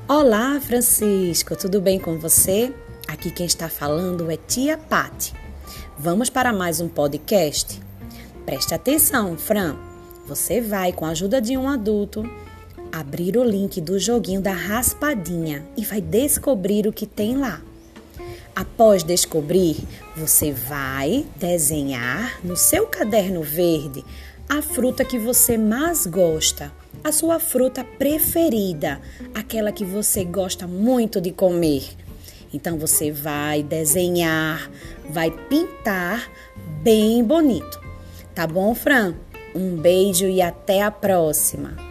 Olá, Francisco, tudo bem com você? Aqui quem está falando é Tia Pati. Vamos para mais um podcast? Preste atenção, Fran. Você vai, com a ajuda de um adulto, abrir o link do joguinho da raspadinha e vai descobrir o que tem lá. Após descobrir, você vai desenhar no seu caderno verde a fruta que você mais gosta, a sua fruta preferida, aquela que você gosta muito de comer. Então você vai desenhar, vai pintar bem bonito. Tá bom, Fran? Um beijo e até a próxima!